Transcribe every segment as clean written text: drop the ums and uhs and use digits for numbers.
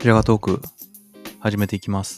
ジャガトーク始めていきます。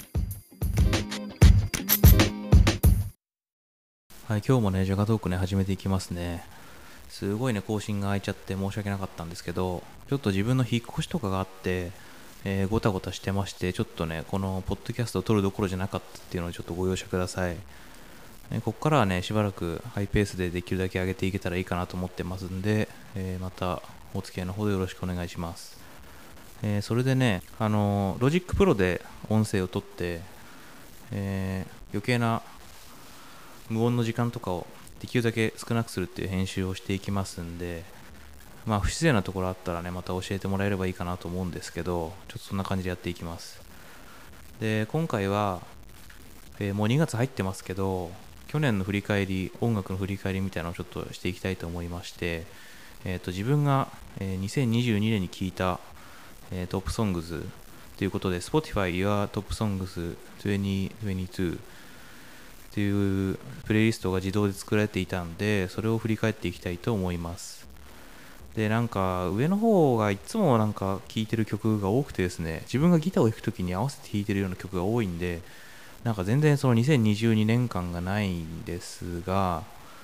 はい、今日もねジャガトークね始めていきますね。すごいね更新が空いちゃって申し訳なかったんですけど、ちょっと自分の引っ越しとかがあって、ごたごたしてまして、ちょっとねこのポッドキャストを撮るどころじゃなかったっていうのをちょっとご容赦ください。ここからはねしばらくハイペースでできるだけ上げていけたらいいかなと思ってますんで、またお付き合いのほどよろしくお願いします。それでね、ロジックプロで音声を取って、余計な無音の時間とかをできるだけ少なくするっていう編集をしていきますんで、まあ不自然なところあったらねまた教えてもらえればいいかなと思うんですけど、ちょっとそんな感じでやっていきます。で今回は、もう2月入ってますけど、去年の振り返り、音楽の振り返りみたいなのをちょっとしていきたいと思いまして、自分が、2022年に聴いた、トップソングズということで Spotify Your Top Songs 2022っていうプレイリストが自動で作られていたんで、それを振り返っていきたいと思います。でなんか上の方がいつもなんか聴いてる曲が多くてですね、自分がギターを弾くときに合わせて弾いてるような曲が多いんで、なんか全然その2022年間がないんですが、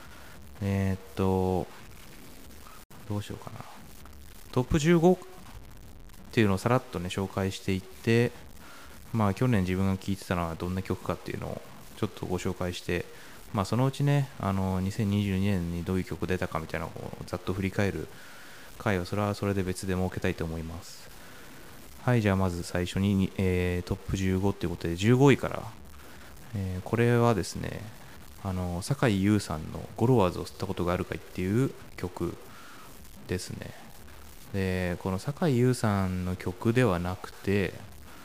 どうしようかな。トップ15っていうのをさらっとね紹介していって、まあ去年自分が聴いてたのはどんな曲かっていうのをちょっとご紹介して、まあそのうちね、2022年にどういう曲出たかみたいなのをざっと振り返る回をそれはそれで別で設けたいと思います。はい、じゃあまず最初に、トップ15っていうことで15位から、これはですね、坂井優さんのゴロワーズを吸ったことがあるかいっていう曲ですね。でこの坂井優さんの曲ではなくて、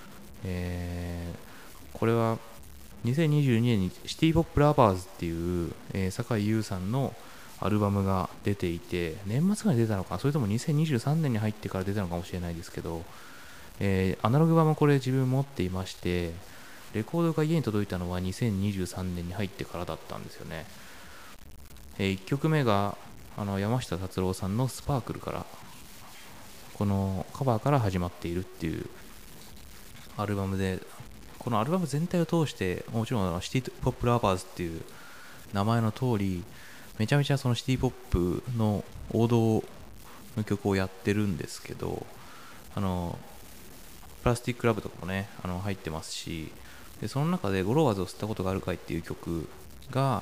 これは2022年にシティポップラバーズっていう、坂井優さんのアルバムが出ていて、年末ぐらいに出たのかな、それとも2023年に入ってから出たのかもしれないですけど、アナログ版もこれ自分持っていまして、レコードが家に届いたのは2023年に入ってからだったんですよね。1曲目が山下達郎さんのスパークルから、このカバーから始まっているっていうアルバムで、このアルバム全体を通してもちろんシティポップラバーズっていう名前の通り、めちゃめちゃそのシティポップの王道の曲をやってるんですけど、プラスティックラブとかもね入ってますし、でその中でゴロワーズを吸ったことがあるかいっていう曲が、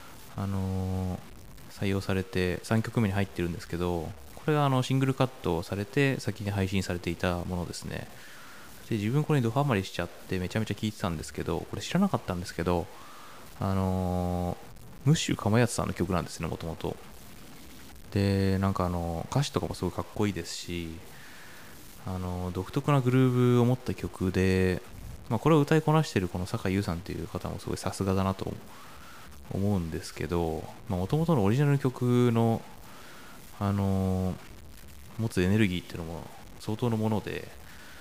採用されて3曲目に入ってるんですけど、これがシングルカットされて先に配信されていたものですね。で自分これにドハマりしちゃってめちゃめちゃ聴いてたんですけど、これ知らなかったんですけど、ムッシュかまやつさんの曲なんですね、もともと。でなんか歌詞とかもすごいかっこいいですし、独特なグルーブを持った曲で、まあ、これを歌いこなしているこの坂井優さんっていう方もすごいさすがだなと思うんですけど、もともとのオリジナルの曲の、持つエネルギーっていうのも相当のもので、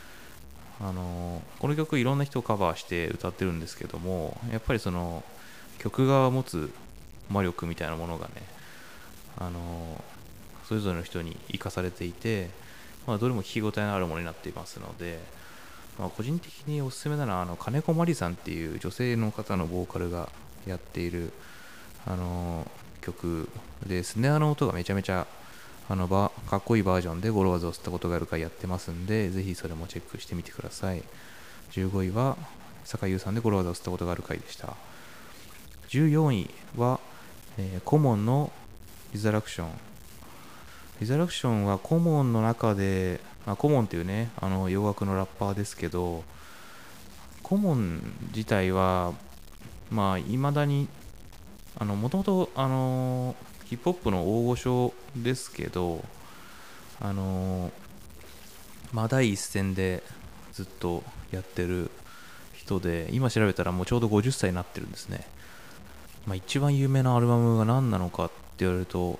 この曲いろんな人をカバーして歌ってるんですけども、やっぱりその曲が持つ魔力みたいなものがね、それぞれの人に生かされていて、まあ、どれも聞き応えのあるものになっていますので、まあ、個人的におすすめなのは金子まりさんっていう女性の方のボーカルがやっている曲で、スネアの音がめちゃめちゃかっこいいバージョンでゴロワーズを吸ったことがあるかやってますんで、ぜひそれもチェックしてみてください。15位は坂井優さんでゴロワーズを吸ったことがある回でした。14位は、コモンのリザラクション。リザラクションはコモンの中で、コモンっていうね洋楽のラッパーですけど、コモン自体はまあ未だにもともとヒップホップの大御所ですけど、まあ第一線でずっとやってる人で、今調べたらもうちょうど50歳になってるんですね。まあ一番有名なアルバムが何なのかって言われると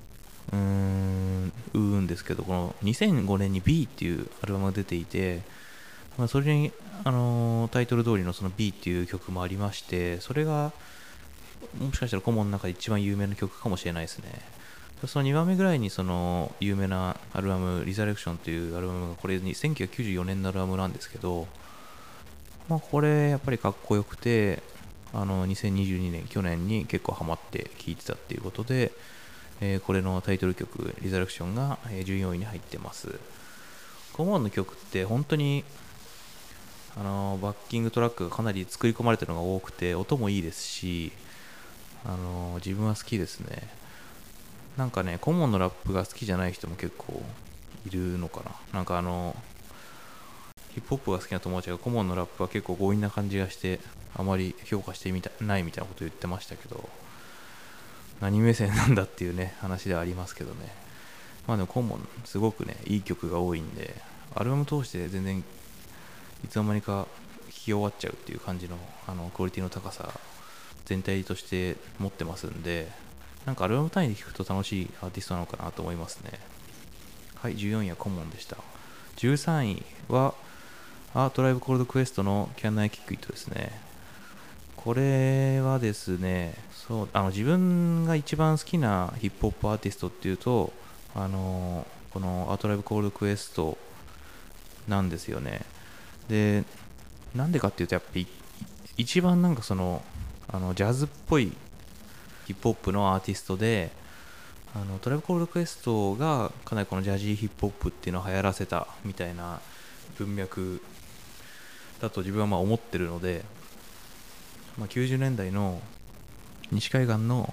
ですけど、この2005年に B っていうアルバムが出ていて、まあ、それに、タイトル通りのその B っていう曲もありまして、それがもしかしたらコモンの中で一番有名な曲かもしれないですね。 その2番目ぐらいにその有名なアルバムリザレクションというアルバムがこれに1994年のアルバムなんですけど、これやっぱりかっこよくて2022年去年に結構ハマって聴いてたっていうことで、これのタイトル曲リザレクションが14位に入ってます。コモンの曲って本当にバッキングトラックがかなり作り込まれてるのが多くて音もいいですし、自分は好きですね。なんかね、コモンのラップが好きじゃない人も結構いるのかな。なんかヒップホップが好きな友達がコモンのラップは結構強引な感じがしてあまり評価してないみたいなことを言ってましたけど、何目線なんだっていうね話ではありますけどね。でもコモンすごくねいい曲が多いんで、アルバム通して全然いつの間にか聴き終わっちゃうっていう感じのクオリティの高さ全体として持ってますんで、なんかアルバム単位で聴くと楽しいアーティストなのかなと思いますね。はい、14位はコモンでした。13位はトライブコールドクエストのキャンナイキックイットですね。これはですね、自分が一番好きなヒップホップアーティストっていうと、このトライブコールドクエストなんですよね。で、なんでかっていうと、やっぱり一番なんかジャズっぽいヒップホップのアーティストで、トライブコールドクエストがかなりこのジャジーヒップホップっていうのを流行らせたみたいな文脈だと自分は思ってるので、90年代の西海岸の、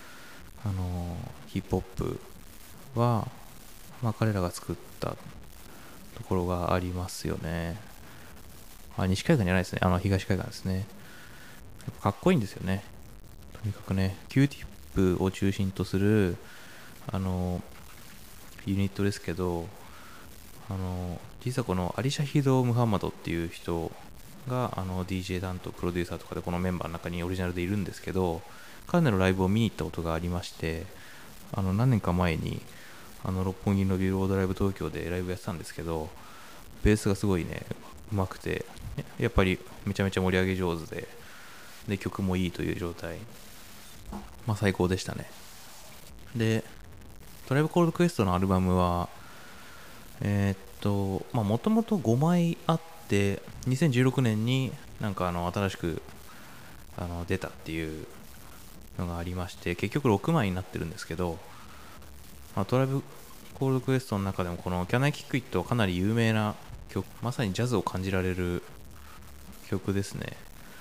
ヒップホップは、彼らが作ったところがありますよね。西海岸じゃないですね。東海岸ですね。やっぱかっこいいんですよね。とにかくね、Q ティップを中心とする、ユニットですけど、実はこのアリシャヒド・ムハンマドっていう人がDJ 担当プロデューサーとかでこのメンバーの中にオリジナルでいるんですけど、彼のライブを見に行ったことがありまして、何年か前に六本木のビルボードライブ東京でライブやってたんですけど、ベースがすごいねうまくて、やっぱりめちゃめちゃ盛り上げ上手で曲もいいという状態、最高でしたね。でトライブコールドクエストのアルバムはもともと5枚あって2016年になんか新しく出たっていうのがありまして、結局6枚になってるんですけど、トライブコールドクエストの中でもこのキャナイキックイットはかなり有名な曲、まさにジャズを感じられる曲ですね。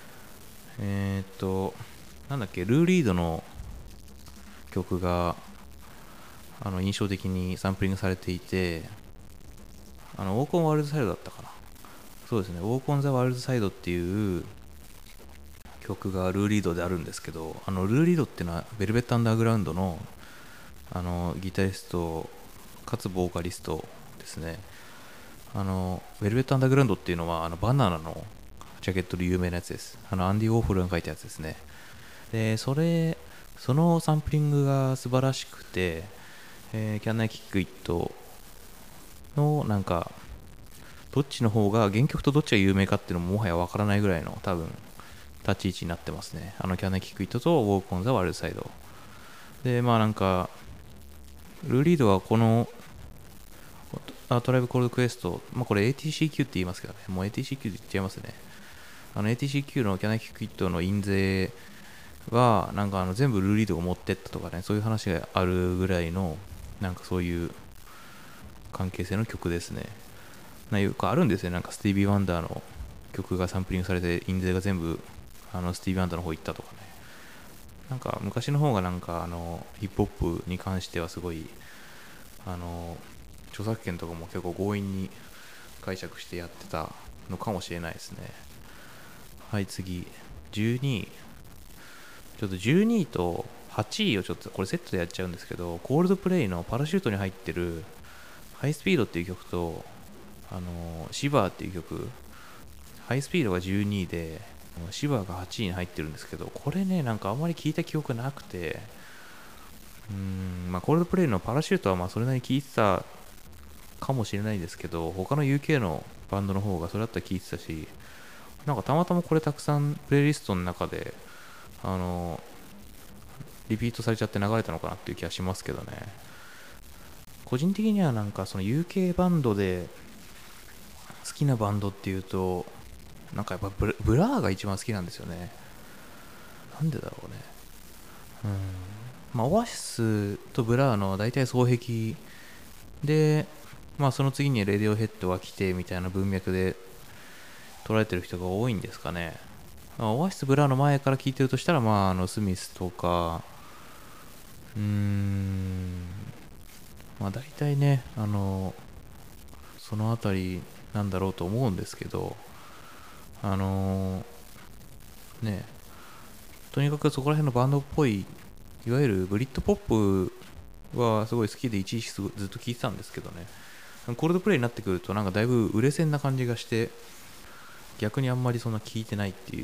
なんだっけ、ルー・リードの曲が印象的にサンプリングされていて、ウォークオンワールドサイドだったかな。そうですね、ウォークオンザワールドサイドっていう曲がルー・リードであるんですけど、ルー・リードっていうのはベルベット・アンダーグラウンドのギタリストかつボーカリストですね。ベルベット・アンダーグラウンドっていうのはバナナのジャケットで有名なやつです。アンディ・ウォーホルが書いたやつですね。でそのサンプリングが素晴らしくて、キャンナイキックイットのなんかどっちの方が原曲とどっちが有名かっていうのももはやわからないぐらいの多分立ち位置になってますね。キャンナイキックイットとウォークオンザワールドサイドで、なんかルーリードはこのトライブコールドクエスト、これ ATCQ って言いますけどね、もう ATCQ って言っちゃいますね。ATCQ のキャナイキックイットの印税はなんか全部ルーリードが持ってったとかね、そういう話があるぐらいのなんかそういう関係性の曲ですね。よくあるんですよ、なんかスティービー・ワンダーの曲がサンプリングされて印税が全部スティービー・ワンダーの方行ったとかね。なんか昔の方がなんかヒップホップに関してはすごい著作権とかも結構強引に解釈してやってたのかもしれないですね。はい、次12位、ちょっと12位と8位をちょっとこれセットでやっちゃうんですけど、コールドプレイのパラシュートに入ってるハイスピードっていう曲とシバーっていう曲、ハイスピードが12位でシバーが8位に入ってるんですけど、これねなんかあんまり聞いた記憶なくて、コールドプレイのパラシュートはそれなりに聞いてたかもしれないですけど、他の UK のバンドの方がそれだったら聞いてたし、なんかたまたまこれたくさんプレイリストの中でリピートされちゃって流れたのかなっていう気がしますけどね。個人的にはなんかその UK バンドで好きなバンドっていうと、なんかやっぱブラーが一番好きなんですよね。なんでだろうね。まあオアシスとブラーの大体双璧で、まあその次にレディオヘッドが来てみたいな文脈で捉えてる人が多いんですかね。まあオアシスブラーの前から聞いてるとしたら、まあスミスとか、まあ大体ね、そのあたりなんだろうと思うんですけど、ね、とにかくそこら辺のバンドっぽい、いわゆるブリッドポップはすごい好きで一時ずっと聴いてたんですけどね、コールドプレイになってくるとなんかだいぶ売れ線な感じがして、逆にあんまりそんな聴いてないっていう、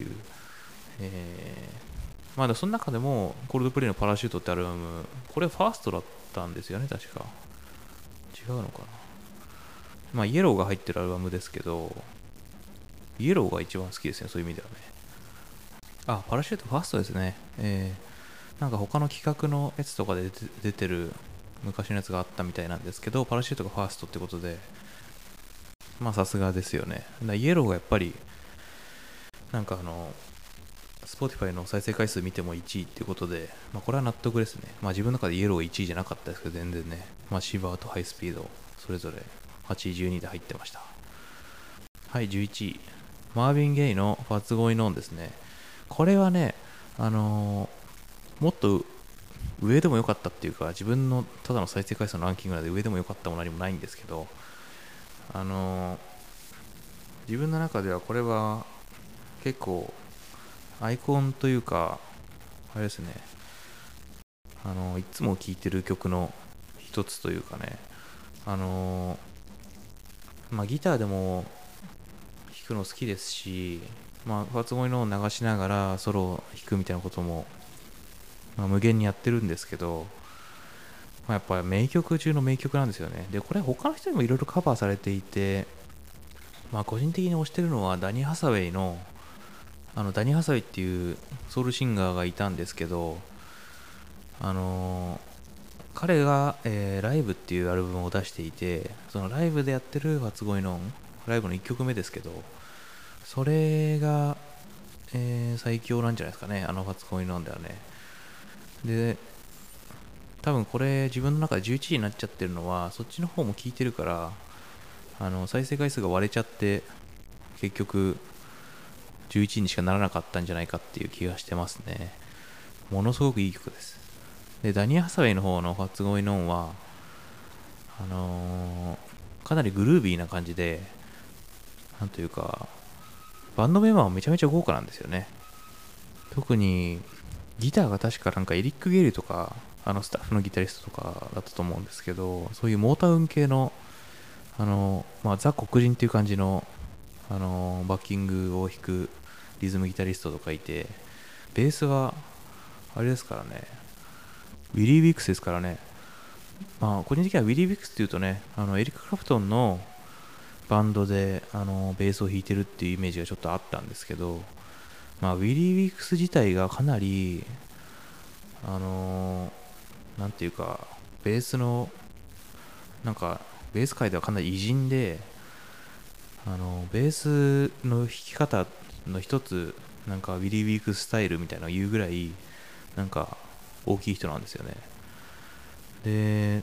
まあその中でもコールドプレイのパラシュートってアルバム、これファーストだったんですよね、確か。違うのかな。まあイエローが入ってるアルバムですけど、イエローが一番好きですね、そういう意味ではね。あ、パラシュートファーストですね。なんか他の企画のやつとかで出てる昔のやつがあったみたいなんですけど、パラシュートがファーストってことで、まあさすがですよね。イエローがやっぱり、なんかSpotify の再生回数見ても1位っていうことで、まあこれは納得ですね。まあ自分の中でイエローが1位じゃなかったですけど、全然ね、まあシバーとハイスピード、それぞれ8位、12位で入ってました。はい、11位。マービン・ゲイのファッツ・ゴイ・ノンですね。これはね、もっと上でも良かったっていうか、自分のただの再生回数のランキングで上でも良かったものにもないんですけど、自分の中ではこれは結構アイコンというか、あれですね、いつも聴いてる曲の一つというかね、まあギターでも弾くの好きですし、まあファーツゴイのを流しながらソロを弾くみたいなことも、まあ、無限にやってるんですけど、まあ、やっぱり名曲中の名曲なんですよね。で、これ他の人にもいろいろカバーされていて、まあ個人的に推してるのはダニー・ハサウェイの、ダニー・ハサウェイっていうソウルシンガーがいたんですけど、彼が、ライブっていうアルバムを出していて、そのライブでやってるファツゴイのライブの1曲目ですけど、それが、最強なんじゃないですかね、ファツゴイのんではね。で、多分これ自分の中で11位になっちゃってるのは、そっちの方も聞いてるから、再生回数が割れちゃって、結局11位にしかならなかったんじゃないかっていう気がしてますね。ものすごくいい曲です。で、ダニー・ハサウェイの方のファッツゴイノンは、かなりグルービーな感じで、なんというか、バンドメンバーもめちゃめちゃ豪華なんですよね。特に、ギターが確かなんかエリック・ゲイルとか、スタッフのギタリストとかだったと思うんですけど、そういうモータウン系の、まあ、ザ黒人っていう感じの、バッキングを弾くリズムギタリストとかいて、ベースは、あれですからね、ウィリー・ウィックスですからね。まあ、個人的にはウィリー・ウィックスっていうとね、エリック・クラプトンのバンドで、ベースを弾いてるっていうイメージがちょっとあったんですけど、まあ、ウィリー・ウィックス自体がかなり、なんていうか、ベースの、なんか、ベース界ではかなり偉人で、ベースの弾き方の一つ、なんか、ウィリー・ウィークススタイルみたいなのを言うぐらい、なんか、大きい人なんですよね。で、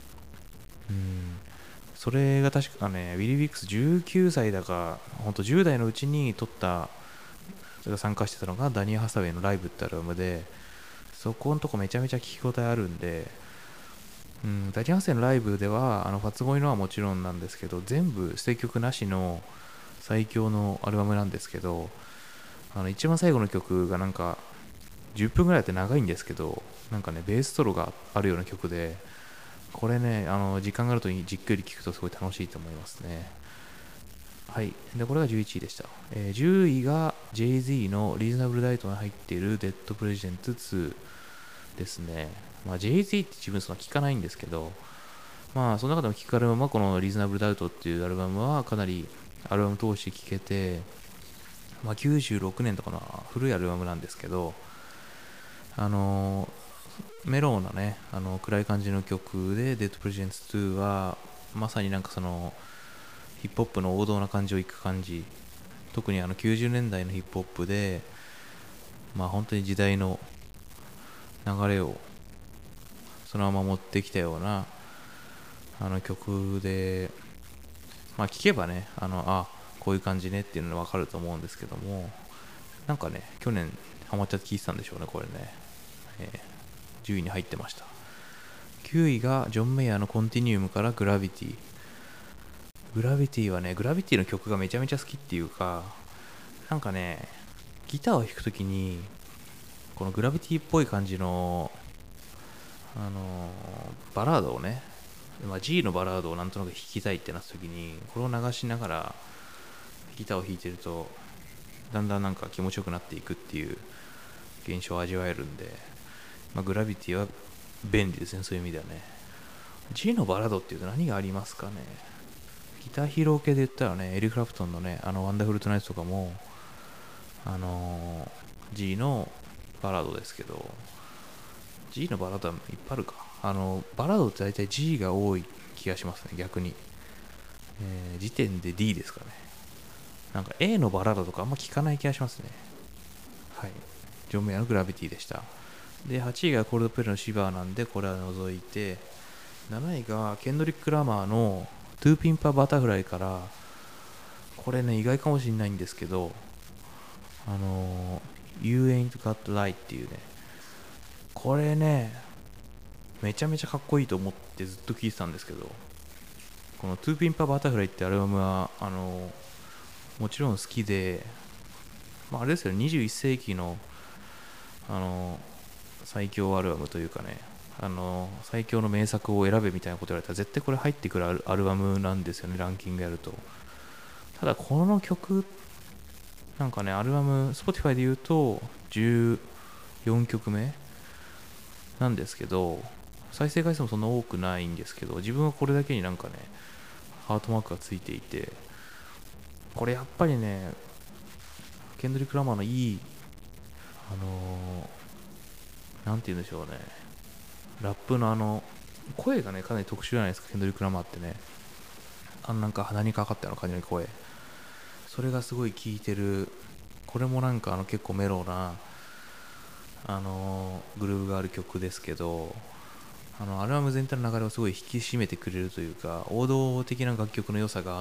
それが確かね、ウィリー・ウィックス19歳だか、ほんと10代のうちに撮った、それが参加してたのがダニー・ハサウェイのライブってアルバムで、そこのとこめちゃめちゃ聞き応えあるんで、ダニー・ハサウェイのライブでは、ファツゴイのはもちろんなんですけど、全部捨て曲なしの最強のアルバムなんですけど、一番最後の曲がなんか、10分ぐらいあって長いんですけど、なんかね、ベースソロがあるような曲で、これね、時間があるとじっくり聴くとすごい楽しいと思いますね。はい。で、これが11位でした。10位が Jay-Z のリーズナブルライトに入っている Dead President 2ですね。まあ、Jay-Z って自分そんな聞かないんですけど、まあ、その中でも聞かれるままこのリーズナブルダウトっていうアルバムはかなりアルバム通して聴けて、まあ、96年とかの古いアルバムなんですけど、 メロウなね、暗い感じの曲で、デッドプレジデンツ2は、まさになんかその、ヒップホップの王道な感じをいく感じ、特に90年代のヒップホップで、まあ本当に時代の流れをそのまま持ってきたような曲で、まあ聴けばね、こういう感じねっていうのが分かると思うんですけども、なんかね、去年ハマっちゃって聴いてたんでしょうね、これね。10位に入ってました。9位がジョン・メイヤーのコンティニウムからグラビティ。グラビティはね、グラビティの曲がめちゃめちゃ好きっていうか、なんかね、ギターを弾くときに、このグラビティっぽい感じの、バラードをね、G のバラードをなんとなく弾きたいってなったときに、これを流しながらギターを弾いてると、だんだんなんか気持ちよくなっていくっていう現象を味わえるんで、グラビティは便利ですね、そういう意味ではね。G のバラードっていうと何がありますかね。ギターヒーロー系で言ったらね、エリック・クラプトンのね、ワンダフル・トゥナイトとかも、G のバラードですけど、G のバラードはいっぱいあるか。バラードって大体 G が多い気がしますね、逆に。時点で D ですかね。なんか A のバラードとかあんま聞かない気がしますね。はい。ジョン・メイヤーのグラビティでした。で、8位がコールドプレイのシバーなんで、これは除いて、7位がケンドリック・ラマーのトゥーピンパーバタフライから、これね、意外かもしれないんですけど、You Ain't Got Right っていうね、これね、めちゃめちゃかっこいいと思ってずっと聴いてたんですけど、このトゥーピンパーバタフライってアルバムは、もちろん好きで、あれですよ、21世紀の、最強アルバムというかね、最強の名作を選べみたいなこと言われたら絶対これ入ってくるアルバムなんですよね、ランキングやると。ただこの曲、なんかね、アルバム、Spotify で言うと14曲目なんですけど、再生回数もそんな多くないんですけど、自分はこれだけになんかね、ハートマークがついていて、これやっぱりね、ケンドリック・ラマーのいい、なんて言うんでしょうね、ラップの声がね、かなり特殊じゃないですか、ケンドリック・ラマーってね。なんか鼻にかかったような感じの声。それがすごい効いてる。これもなんか結構メローな、グルーヴがある曲ですけど、アルバム全体の流れをすごい引き締めてくれるというか、王道的な楽曲の良さがあって、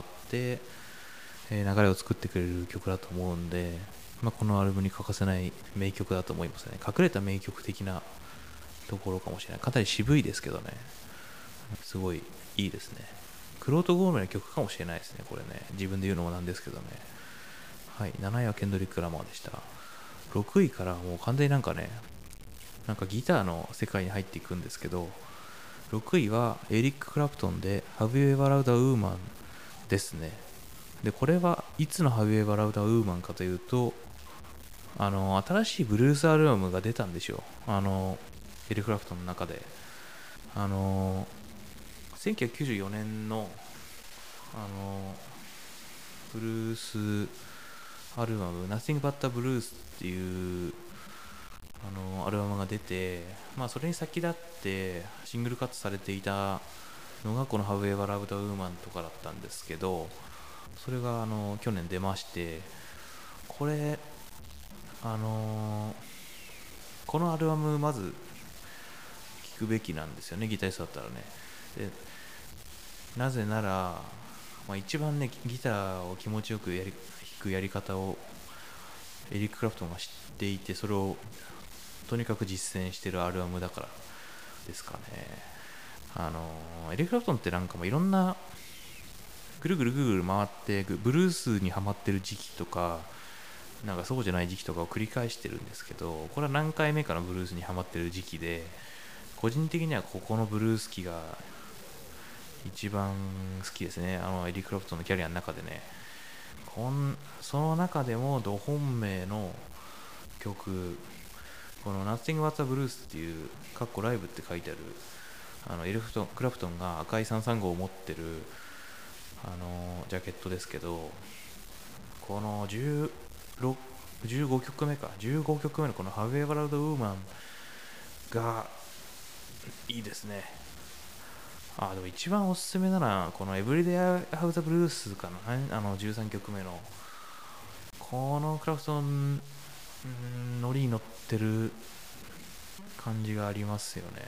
流れを作ってくれる曲だと思うんで、このアルバムに欠かせない名曲だと思いますね。隠れた名曲的なところかもしれない。かなり渋いですけどね、すごいいいですね。クロートゴーメの曲かもしれないですね、これね。自分で言うのもなんですけどね。はい、7位はケンドリック・ラマーでした。6位からもう完全になんかね、なんかギターの世界に入っていくんですけど、6位はエリック・クラプトンで Have You Ever Loved a Woman ですね。で、これはいつの Have You Ever Loved a Woman かというと、新しいブルースアルバムが出たんですよ。エリック・クラプトンの中で。1994年の、ブルースアルバム Nothing But the Blues っていうアルバムが出て、それに先立ってシングルカットされていたのがこの Have You Ever Loved a Woman とかだったんですけど、それが去年出まして、これこのアルバムまず聴くべきなんですよね、ギタリストだったらね。でなぜなら、一番ねギターを気持ちよく弾くやり方をエリック・クラプトンが知っていて、それをとにかく実践してるアルバムだからですかね。エリック・クラプトンってなんかもいろんなぐるぐるぐるぐる回ってブルースにハマってる時期とか、なんかそうじゃない時期とかを繰り返してるんですけど、これは何回目かのブルースにハマってる時期で、個人的にはここのブルース期が一番好きですね。エリック・クラプトンのキャリアの中でね。その中でもど本命の曲、この Nothing But the Blues っていうライブって書いてあるエリック・クラプトンが赤い335を持ってるジャケットですけど、この15曲目のこの Have You Ever Loved a Woman がいいですね。でも一番おすすめならこのエブリデイハウザブルースかな、13曲目のこのクラフトンノリに乗ってる感じがありますよね。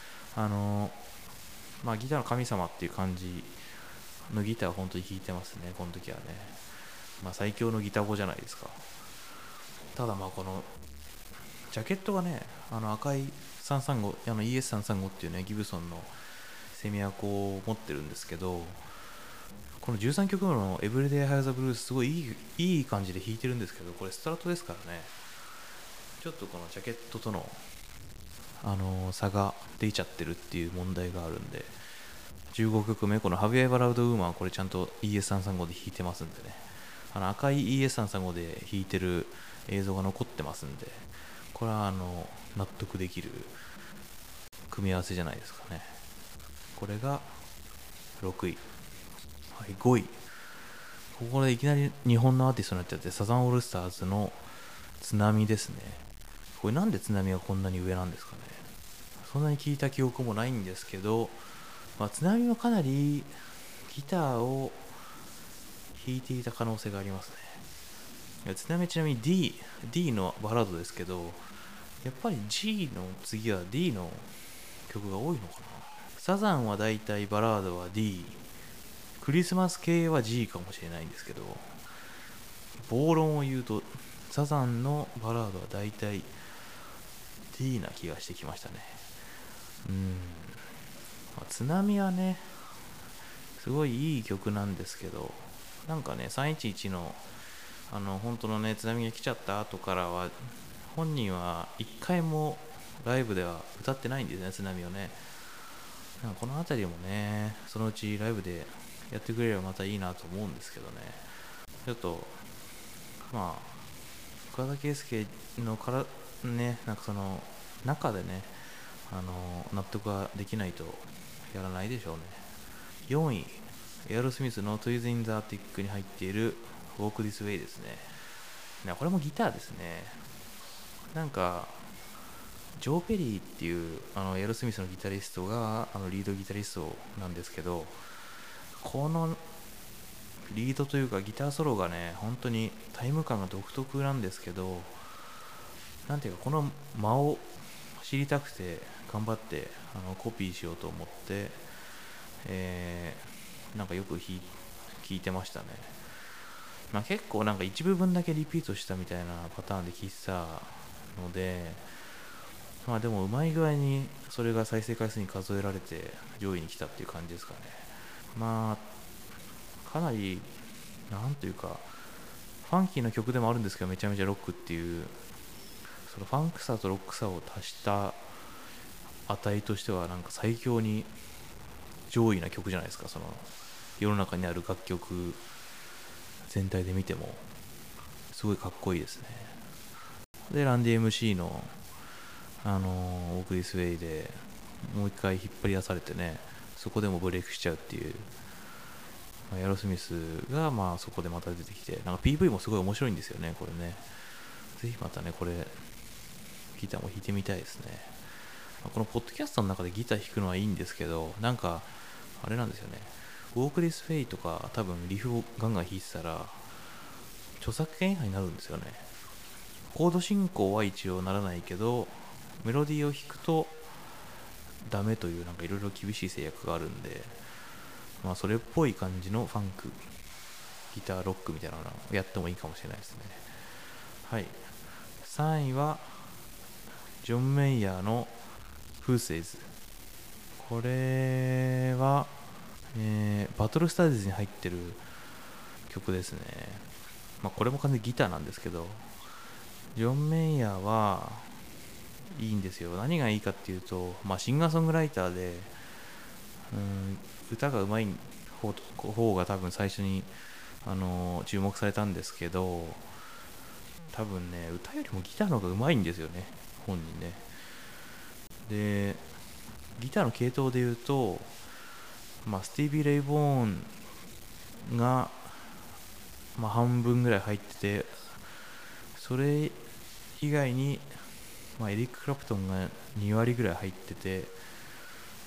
ギターの神様っていう感じのギターを本当に弾いてますね、この時はね。最強のギターボじゃないですか。ただこのジャケットがね、赤い335、ES335 っていうね、ギブソンのセミアコを持ってるんですけど、この13曲目のエブリデイハイザブルースすごいいい感じで弾いてるんですけど、これストラトですからね、ちょっとこのジャケットとの差が出ちゃってるっていう問題があるんで、15曲目このハビエバラウドウーマンはこれちゃんと ES335 で弾いてますんでね、赤い ES335 で弾いてる映像が残ってますんで、これは納得できる組み合わせじゃないですかね。これが6位。はい、5位。ここでいきなり日本のアーティストになっちゃって、サザンオールスターズの津波ですね。これなんで津波はこんなに上なんですかね。そんなに聞いた記憶もないんですけど、津波はかなりギターを弾いていた可能性がありますね。津波ちなみに D のバラードですけど、やっぱり G の次は D の曲が多いのかな。サザンはだいたいバラードは D、 クリスマス系は G かもしれないんですけど、暴論を言うとサザンのバラードはだいたい D な気がしてきましたね。津波はねすごいいい曲なんですけど、なんかね311の本当のね津波が来ちゃった後からは本人は一回もライブでは歌ってないんですね、津波をね。なんかこの辺りもねそのうちライブでやってくれればまたいいなと思うんですけどね。ちょっと岡田圭佑のからね、なんかその中でね納得ができないとやらないでしょうね。4位エアロスミスの Toys in the Attic に入っている Walk This Way ですね。これもギターですね。なんかジョー・ペリーっていうエアロスミスのギタリストがリードギタリストなんですけど、このリードというかギターソロがね本当にタイム感が独特なんですけど、なんていうかこの間を知りたくて頑張ってコピーしようと思って、なんかよく聞いてましたね。結構なんか一部分だけリピートしたみたいなパターンで聞いてたので、でもうまい具合にそれが再生回数に数えられて上位に来たっていう感じですかね。かなりなんというかファンキーな曲でもあるんですけど、めちゃめちゃロックっていう、そのファンクさとロックさを足した値としてはなんか最強に上位な曲じゃないですか。その世の中にある楽曲全体で見てもすごいかっこいいですね。でランディ MC のオークリスウェイでもう一回引っ張り出されてね、そこでもブレイクしちゃうっていう、エアロスミスがそこでまた出てきて、なんか PV もすごい面白いんですよね、これね。ぜひまたねこれギターも弾いてみたいですね。このポッドキャストの中でギター弾くのはいいんですけど、なんかあれなんですよね、ウォークリスフェイとか多分リフをガンガン弾いてたら著作権違反になるんですよね。コード進行は一応ならないけどメロディーを弾くとダメというなんかいろいろ厳しい制約があるんで、それっぽい感じのファンクギターロックみたいなのをやってもいいかもしれないですね。はい。3位はジョン・メイヤーのフーセイズ。これは、バトルスタディーズに入ってる曲ですね。これも完全にギターなんですけど、ジョン・メイヤーはいいんですよ。何がいいかっていうと、シンガーソングライターで、歌が上手い方が多分最初に、注目されたんですけど、多分ね歌よりもギターの方が上手いんですよね、本人ね。でギターの系統で言うと、スティービー・レイ・ボーンが、半分ぐらい入ってて、それ以外に、エリック・クラプトンが2割ぐらい入ってて、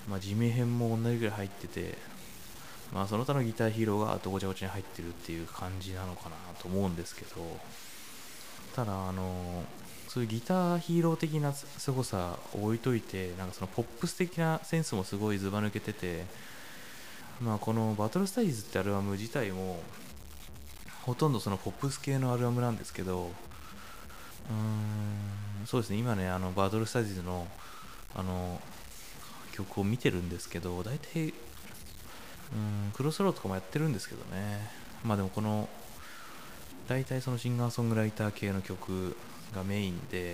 地味編も同じぐらい入ってて、その他のギターヒーローがあとごちゃごちゃに入ってるっていう感じなのかなと思うんですけど、ただそういうギターヒーロー的な凄さを置いといて、なんかそのポップス的なセンスもすごいずば抜けてて、このバトルスタディーズってアルバム自体もほとんどそのポップス系のアルバムなんですけど、そうですね、今ねバトルスタディーズのあの曲を見てるんですけど、大体クロスローとかもやってるんですけどね。でもこの大体そのシンガーソングライター系の曲がメインで、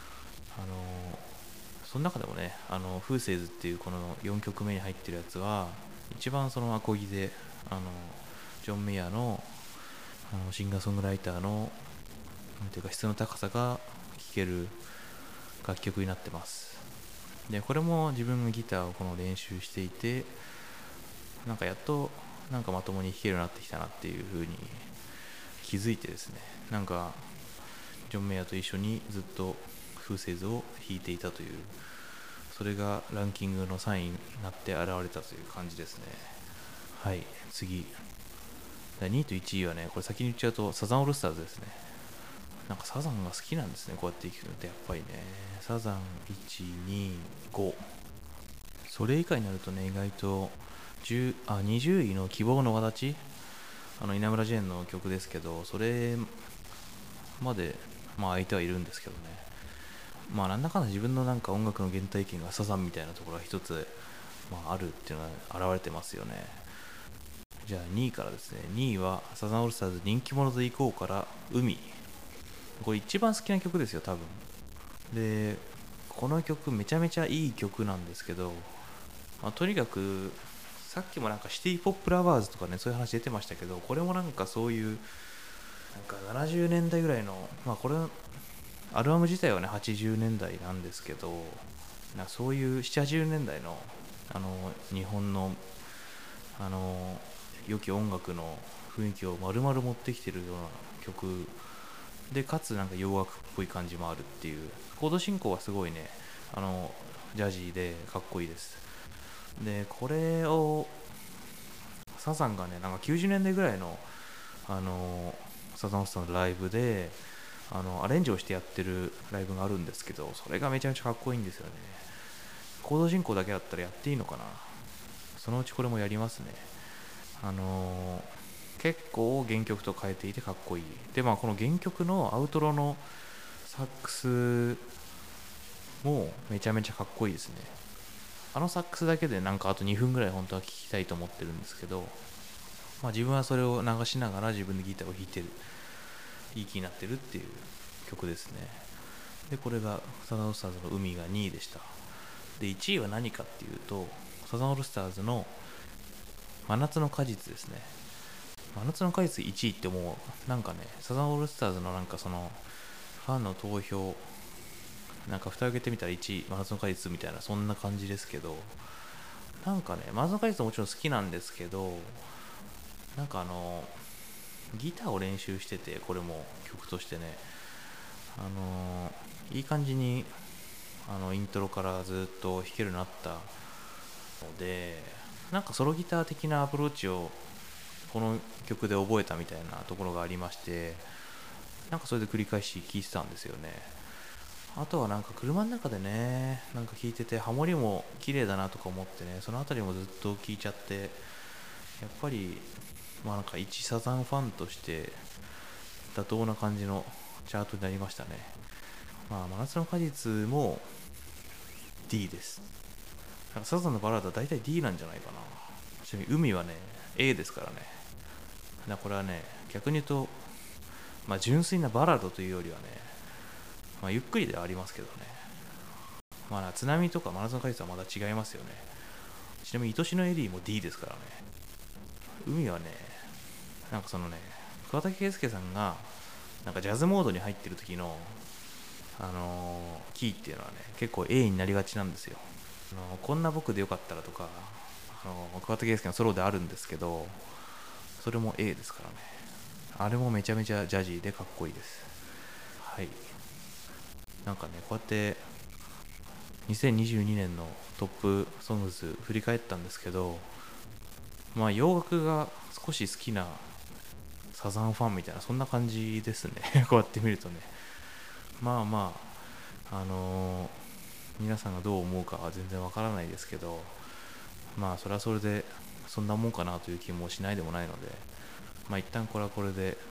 その中でもねフーセイズっていうこの4曲目に入ってるやつは一番そのアコギでジョン・メイヤーのシンガーソングライターのなんていうか質の高さが聴ける楽曲になってます。でこれも自分がギターをこの練習していて、なんかやっとなんかまともに弾けるようになってきたなっていう風に気づいてですね、なんかジョン・メイヤーと一緒にずっとフーセイズを弾いていたという、それがランキングの3位になって現れたという感じですね。はい、次2位と1位はね、これ先に言っちゃうとサザンオールスターズですね。なんかサザンが好きなんですね、こうやって聞くのってやっぱりね。サザン125、それ以下になるとね、意外と20位の希望の轍、稲村ジェーンの曲ですけど、それまで相手はいるんですけどね。なんだかんだ自分のなんか音楽の原体験がサザンみたいなところが一つ、あるっていうのが現れてますよね。じゃあ2位からですね。2位はサザンオールスターズ人気者で行こうから海。これ一番好きな曲ですよ多分。でこの曲めちゃめちゃいい曲なんですけど、とにかくさっきもなんかシティポップラバーズとかね、そういう話出てましたけど、これもなんかそういうなんか70年代ぐらいの、これアルバム自体はね80年代なんですけど、そういう7、80年代の日本の良き音楽の雰囲気を丸々持ってきてるような曲で、かつなんか洋楽っぽい感じもあるっていう、コード進行はすごいねジャジーでかっこいいです。でこれをサザンがねなんか90年代ぐらいのサザンオールスターのライブでアレンジをしてやってるライブがあるんですけど、それがめちゃめちゃかっこいいんですよね。コード進行だけだったらやっていいのかな。そのうちこれもやりますね。結構原曲と変えていてかっこいい。でこの原曲のアウトロのサックスもめちゃめちゃかっこいいですね。サックスだけでなんかあと2分ぐらい本当は聴きたいと思ってるんですけど、自分はそれを流しながら自分でギターを弾いてる、いい気になってるっていう曲ですね。でこれがサザンオールスターズの海が2位でした。で1位は何かっていうと、サザンオールスターズの真夏の果実ですね。真夏の果実1位ってもうなんかね、サザンオールスターズのなんかそのファンの投票なんか蓋を開けてみたら1位真夏の果実みたいな、そんな感じですけど、なんかね真夏の果実ももちろん好きなんですけど、なんかギターを練習してて、これも曲としてねいい感じにイントロからずっと弾けるようになったので、なんかソロギター的なアプローチをこの曲で覚えたみたいなところがありまして、なんかそれで繰り返し聴いてたんですよね。あとはなんか車の中でねなんか聴いててハモリも綺麗だなとか思ってね、そのあたりもずっと聴いちゃって、やっぱりなんか一サザンファンとして妥当な感じのチャートになりましたね。真夏の果実も D です。なんかサザンのバラードは大体 D なんじゃないかな。ちなみに海はね A ですからね。これはね逆に言うと、純粋なバラードというよりはね、ゆっくりではありますけどね。津波とか真夏の果実はまだ違いますよね。ちなみに愛しのエリーも D ですからね。海はねなんかそのね桑田佳祐さんがなんかジャズモードに入ってる時のキーっていうのはね結構 A になりがちなんですよ。こんな僕でよかったらとか桑田佳祐のソロであるんですけど、それも A ですからね。あれもめちゃめちゃジャジーでかっこいいです。はい。なんかねこうやって 2022年のトップソングズ振り返ったんですけど、洋楽が少し好きなサザンファンみたいなそんな感じですねこうやって見るとね。まあまああのー皆さんがどう思うかは全然わからないですけど、それはそれでそんなもんかなという気もしないでもないので、一旦これはこれで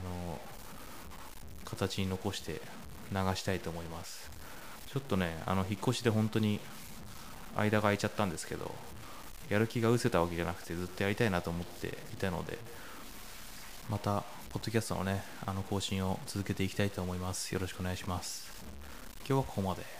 形に残して流したいと思います。ちょっとね、引っ越しで本当に間が空いちゃったんですけど、やる気が失せたわけじゃなくてずっとやりたいなと思っていたので、またポッドキャストのね更新を続けていきたいと思います。よろしくお願いします。今日はここまで。